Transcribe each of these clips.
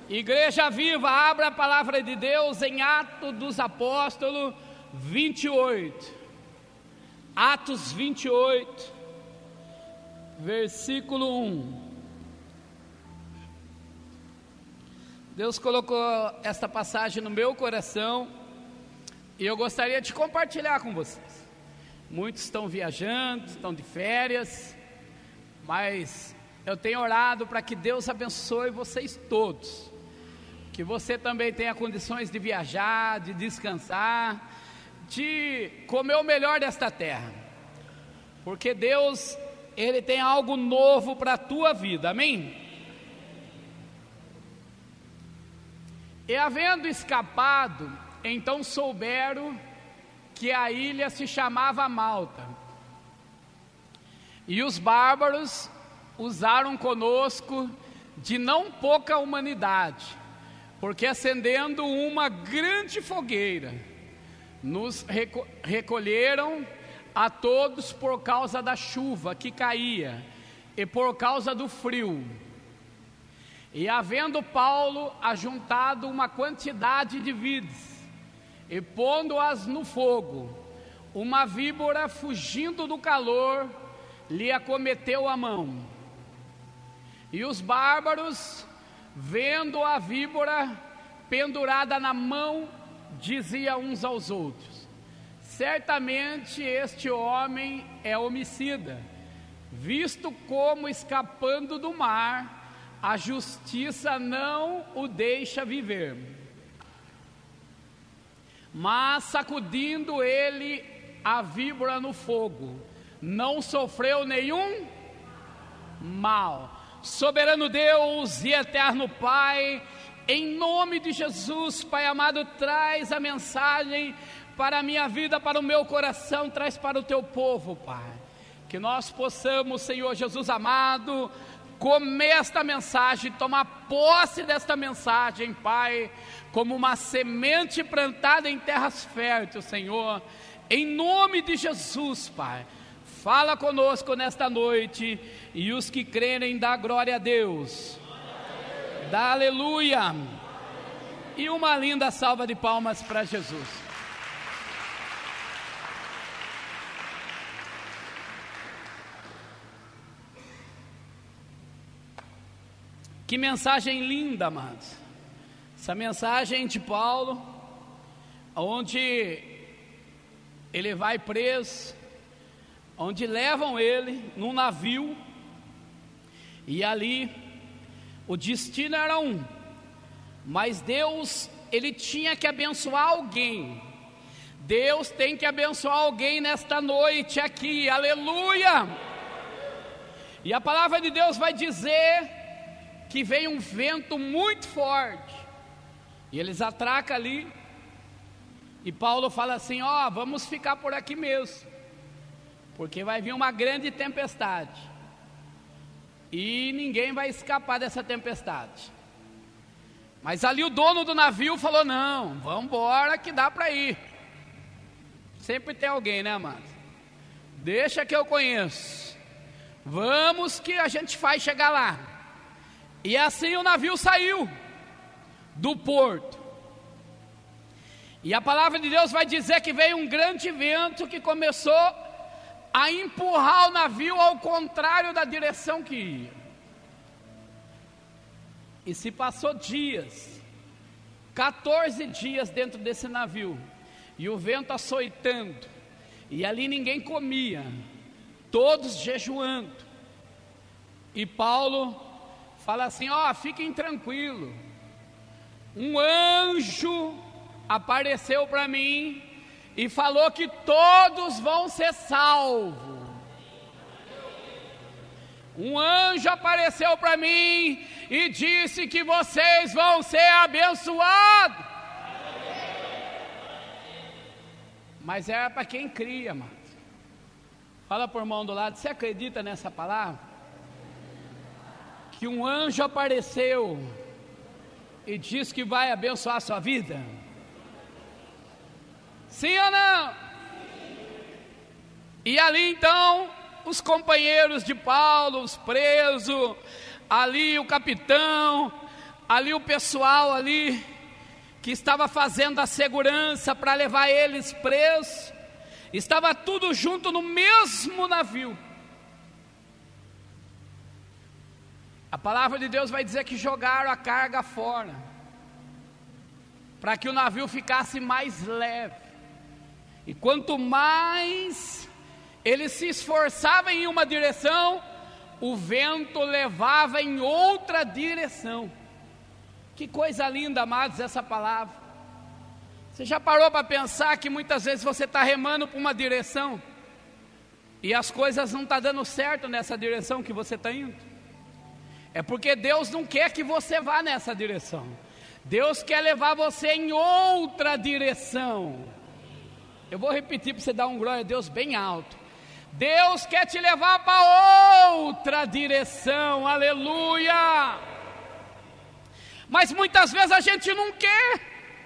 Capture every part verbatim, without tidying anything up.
Igreja Viva, abra a palavra de Deus em Atos dos Apóstolos vinte e oito. Atos vinte e oito, versículo um. Deus colocou esta passagem no meu coração e eu gostaria de compartilhar com vocês. Muitos estão viajando, estão de férias, mas eu tenho orado para que Deus abençoe vocês todos. Que você também tenha condições de viajar, de descansar, de comer o melhor desta terra. Porque Deus, Ele tem algo novo para a tua vida, amém? E havendo escapado, então souberam que a ilha se chamava Malta. E os bárbaros usaram conosco de não pouca humanidade, porque acendendo uma grande fogueira, nos reco- recolheram a todos por causa da chuva que caía e por causa do frio. E havendo Paulo ajuntado uma quantidade de vides e pondo-as no fogo, uma víbora fugindo do calor lhe acometeu a mão. E os bárbaros, vendo a víbora pendurada na mão, diziam uns aos outros: certamente este homem é homicida, visto como escapando do mar, a justiça não o deixa viver. Mas sacudindo ele a víbora no fogo, não sofreu nenhum mal. Soberano Deus e eterno Pai, em nome de Jesus, Pai amado, traz a mensagem para a minha vida, para o meu coração, traz para o teu povo, Pai. Que nós possamos, Senhor Jesus amado, comer esta mensagem, tomar posse desta mensagem, Pai, como uma semente plantada em terras férteis, Senhor, em nome de Jesus, Pai. Fala conosco nesta noite, e os que crerem, dá glória a Deus, dá aleluia, e uma linda salva de palmas para Jesus. Que mensagem linda, amados. Essa mensagem de Paulo, onde ele vai preso, onde levam ele num navio, e ali o destino era um, mas Deus, ele tinha que abençoar alguém. Deus tem que abençoar alguém nesta noite aqui, aleluia. E a palavra de Deus vai dizer que veio um vento muito forte, e eles atracam ali, e Paulo fala assim: ó, oh, vamos ficar por aqui mesmo, porque vai vir uma grande tempestade, e ninguém vai escapar dessa tempestade. Mas ali o dono do navio falou: não, vamos embora que dá para ir. Sempre tem alguém, né, amado? Deixa que eu conheço, vamos que a gente vai chegar lá. E assim o navio saiu do porto, e a palavra de Deus vai dizer que veio um grande vento que começou a empurrar o navio ao contrário da direção que ia. E se passou dias, quatorze dias dentro desse navio, e o vento açoitando, e ali ninguém comia, todos jejuando. E Paulo fala assim: ó, fiquem tranquilos, um anjo apareceu para mim e falou que todos vão ser salvos. Um anjo apareceu para mim e disse que vocês vão ser abençoados. Mas era para quem cria, mano. Fala por mão do lado: você acredita nessa palavra? Que um anjo apareceu e disse que vai abençoar a sua vida? Sim ou não? E ali então, os companheiros de Paulo, os presos, ali o capitão, ali o pessoal ali, que estava fazendo a segurança para levar eles presos, estava tudo junto no mesmo navio. A palavra de Deus vai dizer que jogaram a carga fora, para que o navio ficasse mais leve. E quanto mais eles se esforçavam em uma direção, o vento levava em outra direção. Que coisa linda, amados, essa palavra. Você já parou para pensar que muitas vezes você está remando para uma direção e as coisas não estão dando certo nessa direção que você está indo? É porque Deus não quer que você vá nessa direção. Deus quer levar você em outra direção. Eu vou repetir para você dar um glória a Deus bem alto. Deus quer te levar para outra direção, aleluia. Mas muitas vezes a gente não quer.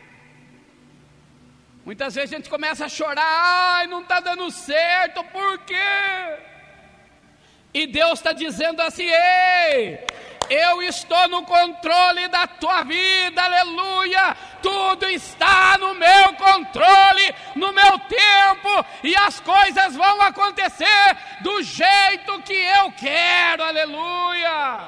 Muitas vezes a gente começa a chorar, ai, não está dando certo, por quê? E Deus está dizendo assim: ei, eu estou no controle da tua vida, aleluia. Tudo está no meu controle, no meu tempo, e as coisas vão acontecer do jeito que eu quero, aleluia.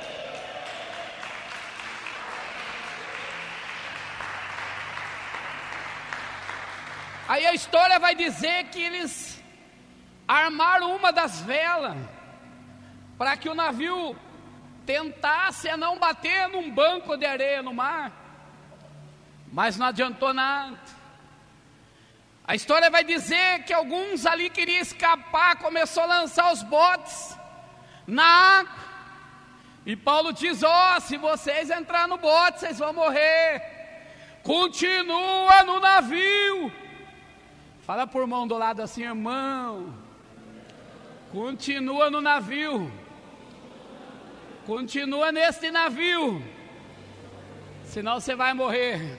Aí a história vai dizer que eles armaram uma das velas para que o navio tentasse a não bater num banco de areia no mar, mas não adiantou nada. A história vai dizer que alguns ali queriam escapar, começou a lançar os botes na água, e Paulo diz: ó, oh, se vocês entrar no bote, vocês vão morrer. Continua no navio. Fala por mão do lado assim: irmão, continua no navio. Continua nesse navio, senão você vai morrer.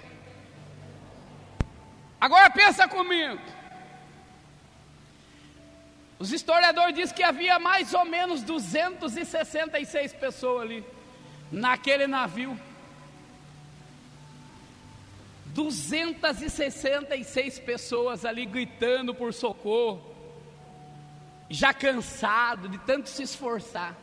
Agora pensa comigo. Os historiadores dizem que havia mais ou menos duzentas e sessenta e seis pessoas ali, naquele navio. duzentas e sessenta e seis pessoas ali gritando por socorro, já cansado de tanto se esforçar.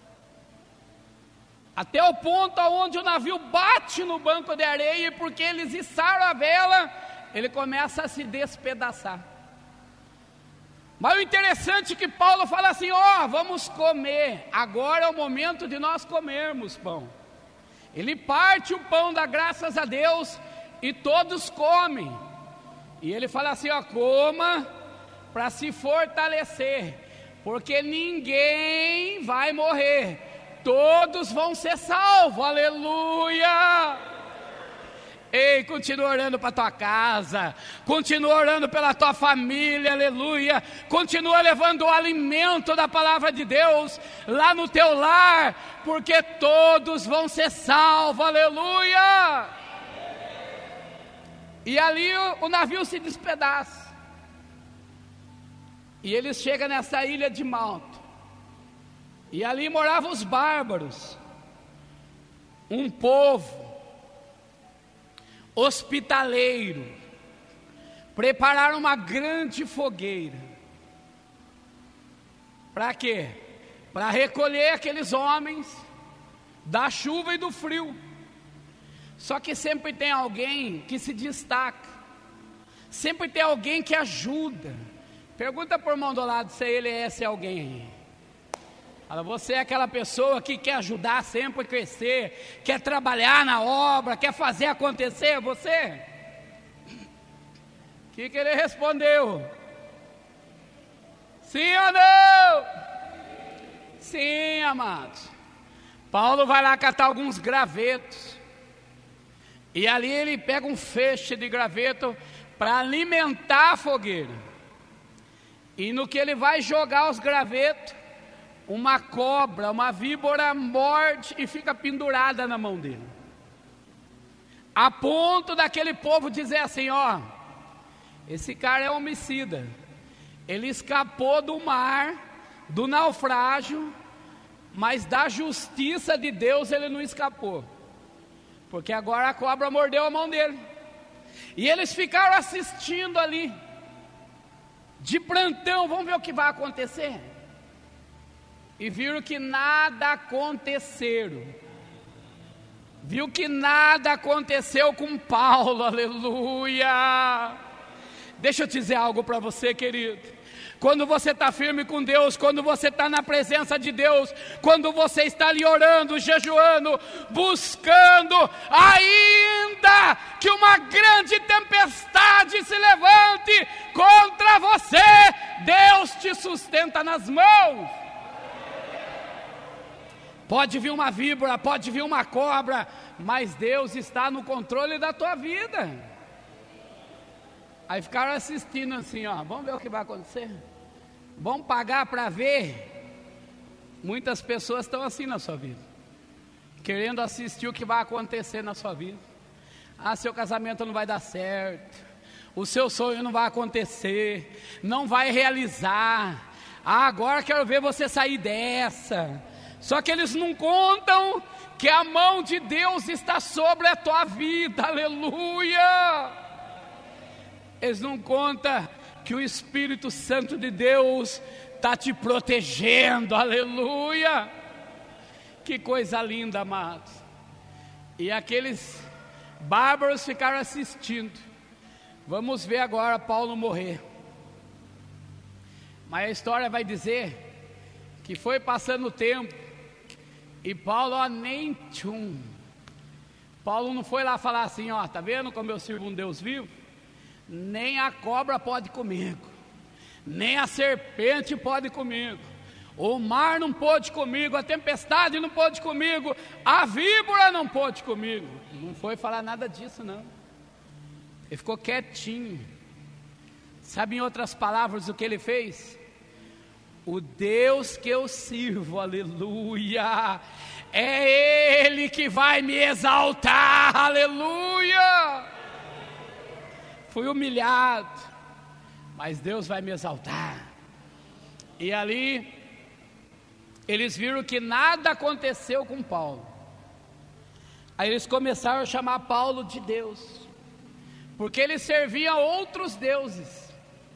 Até o ponto onde o navio bate no banco de areia, e porque eles içaram a vela, ele começa a se despedaçar. Mas o interessante é que Paulo fala assim: ó, oh, vamos comer, agora é o momento de nós comermos pão. Ele parte o pão, dá graças a Deus, e todos comem. E ele fala assim: ó, coma para se fortalecer, porque ninguém vai morrer, todos vão ser salvos, aleluia. Ei, continua orando para tua casa, continua orando pela tua família, aleluia. Continua levando o alimento da palavra de Deus lá no teu lar, porque todos vão ser salvos, aleluia. E ali o, o navio se despedaça, e eles chegam nessa ilha de Malta, e ali moravam os bárbaros, um povo hospitaleiro. Prepararam uma grande fogueira. Para quê? Para recolher aqueles homens da chuva e do frio. Só que sempre tem alguém que se destaca, sempre tem alguém que ajuda. Pergunta por mão do lado se ele é esse alguém. Fala: você é aquela pessoa que quer ajudar sempre a crescer, quer trabalhar na obra, quer fazer acontecer, você? O que, que ele respondeu? Sim ou não? Sim, amados. Paulo vai lá catar alguns gravetos, e ali ele pega um feixe de graveto para alimentar a fogueira. E no que ele vai jogar os gravetos, uma cobra, uma víbora morde e fica pendurada na mão dele, a ponto daquele povo dizer assim: ó, esse cara é homicida, ele escapou do mar, do naufrágio, mas da justiça de Deus ele não escapou. porque agora a cobra mordeu a mão dele. E eles ficaram assistindo ali, de plantão, vamos ver o que vai acontecer. E viram que nada aconteceu. Viu que nada aconteceu com Paulo, aleluia. Deixa eu dizer algo para você, querido. Quando você está firme com Deus, quando você está na presença de Deus, quando você está ali orando, jejuando, buscando, ainda que uma grande tempestade se levante contra você, Deus te sustenta nas mãos. Pode vir uma víbora, pode vir uma cobra, mas Deus está no controle da tua vida. Aí ficaram assistindo assim, ó, vamos ver o que vai acontecer. Vamos pagar para ver. Muitas pessoas estão assim na sua vida, querendo assistir o que vai acontecer na sua vida. Ah, seu casamento não vai dar certo, o seu sonho não vai acontecer, não vai realizar. Ah, agora quero ver você sair dessa. Só que eles não contam que a mão de Deus está sobre a tua vida, aleluia. Eles não contam que o Espírito Santo de Deus está te protegendo, aleluia. Que coisa linda, amados. E aqueles bárbaros ficaram assistindo. Vamos ver agora Paulo morrer. Mas a história vai dizer que foi passando o tempo, e Paulo, ó, nem tchum. Paulo não foi lá falar assim, ó, tá vendo como eu sirvo um Deus vivo? Nem a cobra pode comigo, nem a serpente pode comigo, o mar não pôde comigo, a tempestade não pôde comigo, a víbora não pôde comigo. Não foi falar nada disso, não. Ele ficou quietinho. Sabe, em outras palavras, o que ele fez? O Deus que eu sirvo, aleluia, é Ele que vai me exaltar, aleluia. Fui humilhado, mas Deus vai me exaltar. E ali, eles viram que nada aconteceu com Paulo. Aí eles começaram a chamar Paulo de Deus, porque ele servia a outros deuses.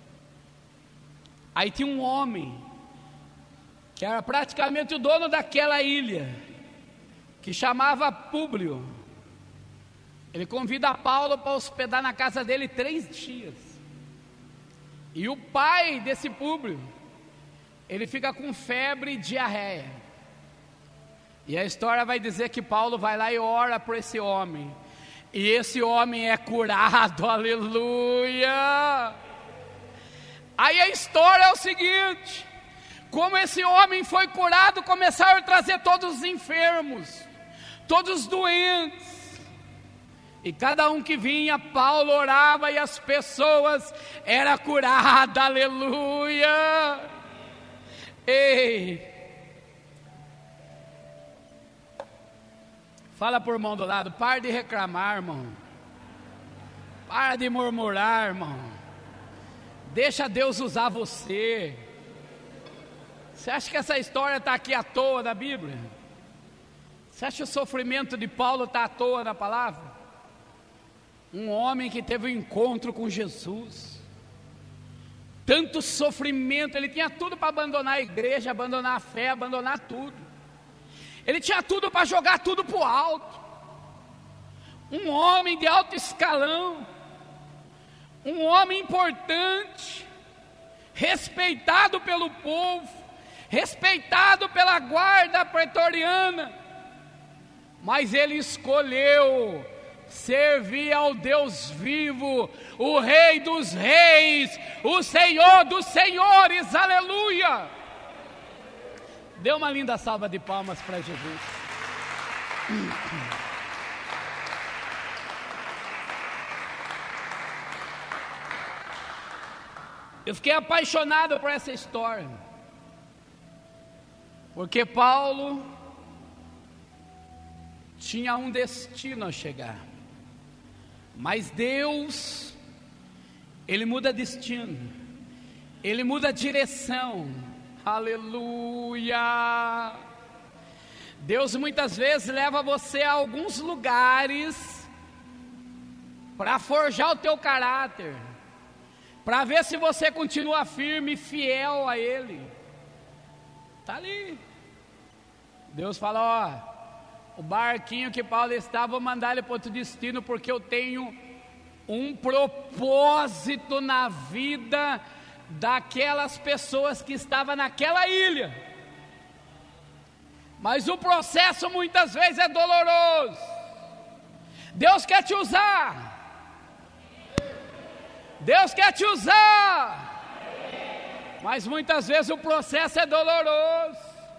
Aí tinha um homem, que era praticamente o dono daquela ilha, que chamava Públio. Ele convida Paulo para hospedar na casa dele três dias. E o pai desse Públio, ele fica com febre e diarreia. E a história vai dizer que Paulo vai lá e ora por esse homem. E esse homem é curado, aleluia. Aí a história é o seguinte: como esse homem foi curado, começaram a trazer todos os enfermos, todos os doentes. E cada um que vinha, Paulo orava e as pessoas eram curadas, aleluia. Ei, fala por irmão do lado, para de reclamar, irmão. Para de murmurar, irmão. Deixa Deus usar você. Você acha que essa história está aqui à toa na Bíblia? Você acha que o sofrimento de Paulo está à toa na palavra? Um homem que teve um encontro com Jesus, tanto sofrimento, ele tinha tudo para abandonar a igreja, abandonar a fé, abandonar tudo. Ele tinha tudo para jogar tudo para o alto. Um homem de alto escalão, um homem importante, respeitado pelo povo, respeitado pela guarda pretoriana, mas ele escolheu servir ao Deus vivo, o Rei dos reis, o Senhor dos senhores, aleluia. Dê uma linda salva de palmas para Jesus. Eu fiquei apaixonado por essa história, porque Paulo tinha um destino a chegar, mas Deus, Ele muda destino, Ele muda direção, aleluia. Deus muitas vezes leva você a alguns lugares para forjar o teu caráter, para ver se você continua firme e fiel a Ele. Está ali. Deus fala, ó, o barquinho que Paulo estava, vou mandar ele para outro destino, porque eu tenho um propósito na vida daquelas pessoas que estavam naquela ilha. Mas o processo muitas vezes é doloroso. Deus quer te usar. Deus quer te usar. Mas muitas vezes o processo é doloroso.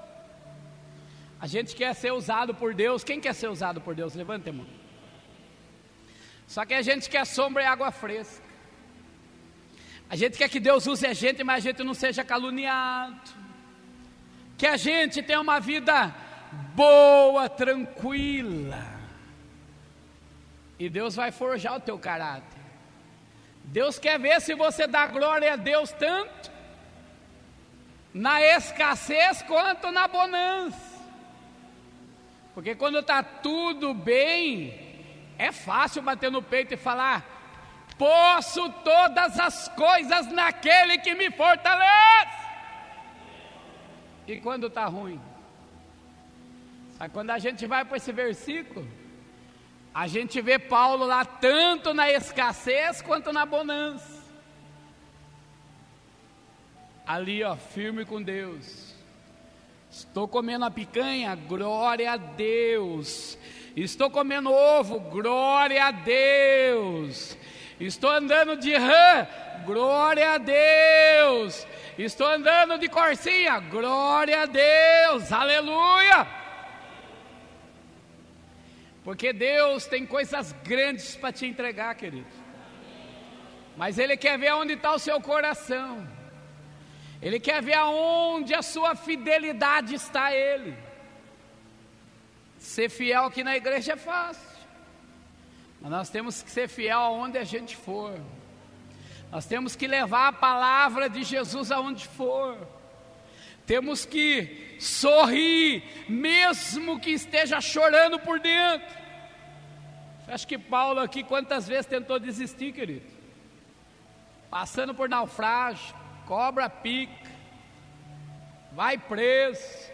A gente quer ser usado por Deus. Quem quer ser usado por Deus? Levanta a mão. Só que a gente quer sombra e água fresca. A gente quer que Deus use a gente, mas a gente não seja caluniado. Que a gente tenha uma vida boa, tranquila. E Deus vai forjar o teu caráter. Deus quer ver se você dá glória a Deus tanto na escassez quanto na bonança. Porque quando está tudo bem, é fácil bater no peito e falar: posso todas as coisas naquele que me fortalece. E quando está ruim? Sabe, quando a gente vai para esse versículo, a gente vê Paulo lá tanto na escassez quanto na bonança. Ali, ó, firme com Deus. Estou comendo a picanha, glória a Deus. Estou comendo ovo, glória a Deus. Estou andando de rã, glória a Deus. Estou andando de corsinha, glória a Deus, aleluia. Porque Deus tem coisas grandes para te entregar, querido. Mas Ele quer ver onde está o seu coração. Ele quer ver aonde a sua fidelidade está a Ele. Ser fiel aqui na igreja é fácil. Mas nós temos que ser fiel aonde a gente for. Nós temos que levar a palavra de Jesus aonde for. Temos que sorrir, mesmo que esteja chorando por dentro. Acho que Paulo aqui quantas vezes tentou desistir, querido? Passando por naufrágio, cobra pica, vai preso.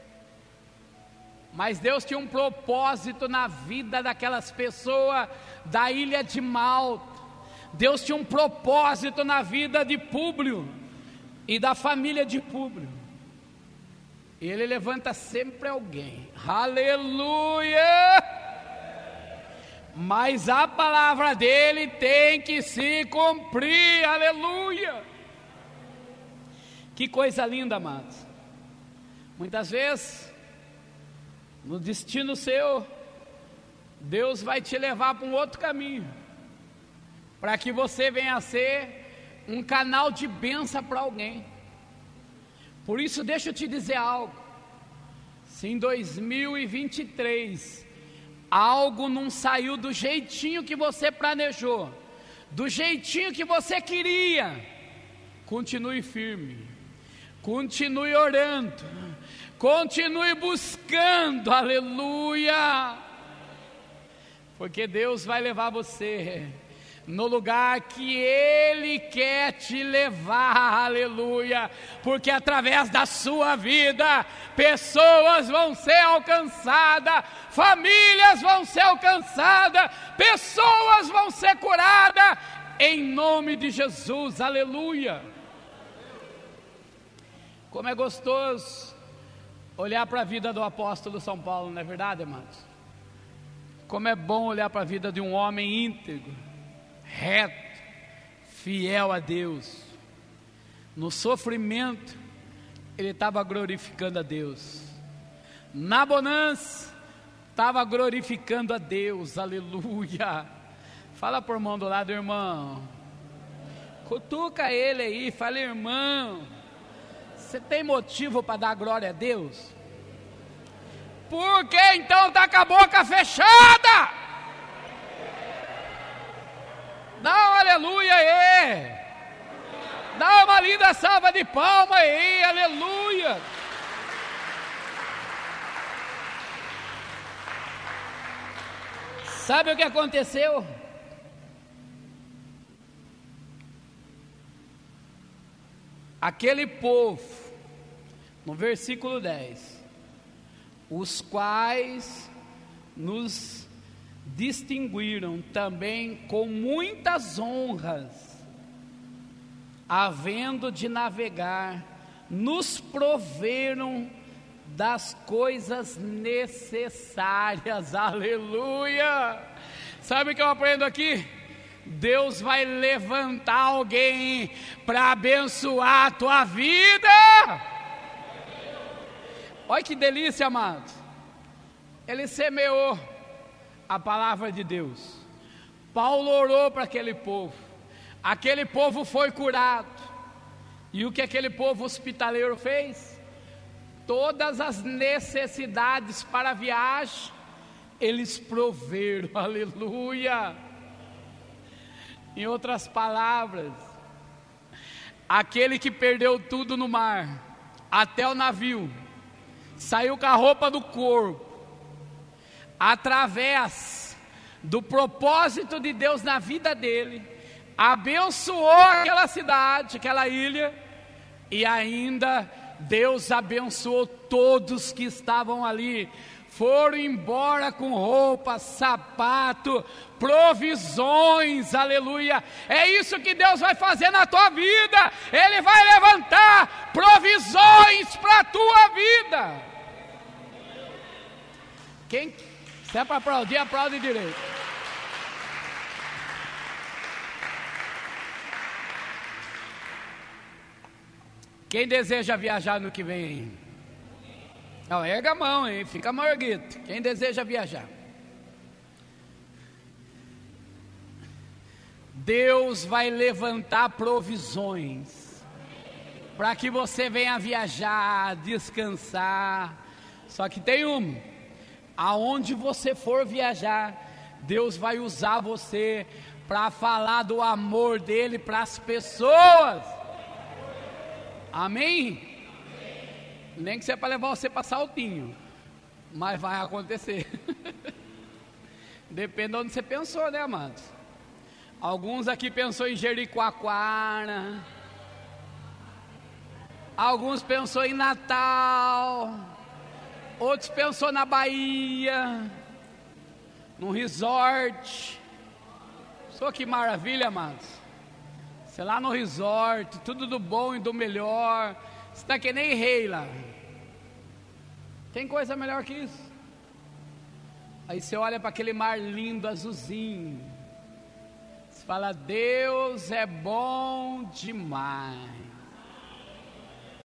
Mas Deus tinha um propósito na vida daquelas pessoas da ilha de Malta. Deus tinha um propósito na vida de Públio e da família de Públio. E Ele levanta sempre alguém. Aleluia! Mas a palavra dele tem que se cumprir. Aleluia! Que coisa linda, amados. Muitas vezes, no destino seu, Deus vai te levar para um outro caminho, para que você venha a ser um canal de bênção para alguém. Por isso deixa eu te dizer algo. Se em dois mil e vinte e três algo não saiu do jeitinho que você planejou, do jeitinho que você queria, continue firme, continue orando, continue buscando, aleluia, porque Deus vai levar você no lugar que Ele quer te levar, aleluia, porque através da sua vida, pessoas vão ser alcançadas, famílias vão ser alcançadas, pessoas vão ser curadas, em nome de Jesus, aleluia. Como é gostoso olhar para a vida do apóstolo São Paulo, não é verdade, amados? Como é bom olhar para a vida de um homem íntegro, reto, fiel a Deus. No sofrimento, ele estava glorificando a Deus. Na bonança, estava glorificando a Deus, aleluia. Fala por mão do lado, irmão. Cutuca ele aí, fala, irmão, você tem motivo para dar glória a Deus? Por que então está com a boca fechada? Dá um aleluia aí. Dá uma linda salva de palmas aí, aleluia. Sabe o que aconteceu? Aquele povo, no versículo dez, os quais nos distinguiram também com muitas honras, havendo de navegar, nos proveram das coisas necessárias. Aleluia! Sabe o que eu aprendo aqui? Deus vai levantar alguém para abençoar a tua vida. Olha que delícia, amados. Ele semeou a palavra de Deus. Paulo orou para aquele povo. Aquele povo foi curado. E o que aquele povo hospitaleiro fez? Todas as necessidades para a viagem, eles proveram. Aleluia! Em outras palavras, aquele que perdeu tudo no mar, até o navio, saiu com a roupa do corpo, através do propósito de Deus na vida dele, abençoou aquela cidade, aquela ilha, e ainda Deus abençoou todos que estavam ali. Foram embora com roupa, sapato, provisões, aleluia. É isso que Deus vai fazer na tua vida. Ele vai levantar provisões para a tua vida. Quem, se é para aplaudir, aplaude direito. Quem deseja viajar no que vem? Não, erga a mão, hein? Fica morguito. Quem deseja viajar? Deus vai levantar provisões para que você venha viajar, descansar. Só que tem um: aonde você for viajar, Deus vai usar você para falar do amor dele para as pessoas. Amém? Nem que seja para levar você para Saltinho, mas vai acontecer. Depende de onde você pensou, né, amados? Alguns aqui pensou em Jericoacoara, alguns pensou em Natal, outros pensou na Bahia, num resort. Só que maravilha, amados. Sei lá, no resort, tudo do bom e do melhor. Você está que nem rei lá. Tem coisa melhor que isso? Aí você olha para aquele mar lindo, azulzinho. Você fala: Deus é bom demais.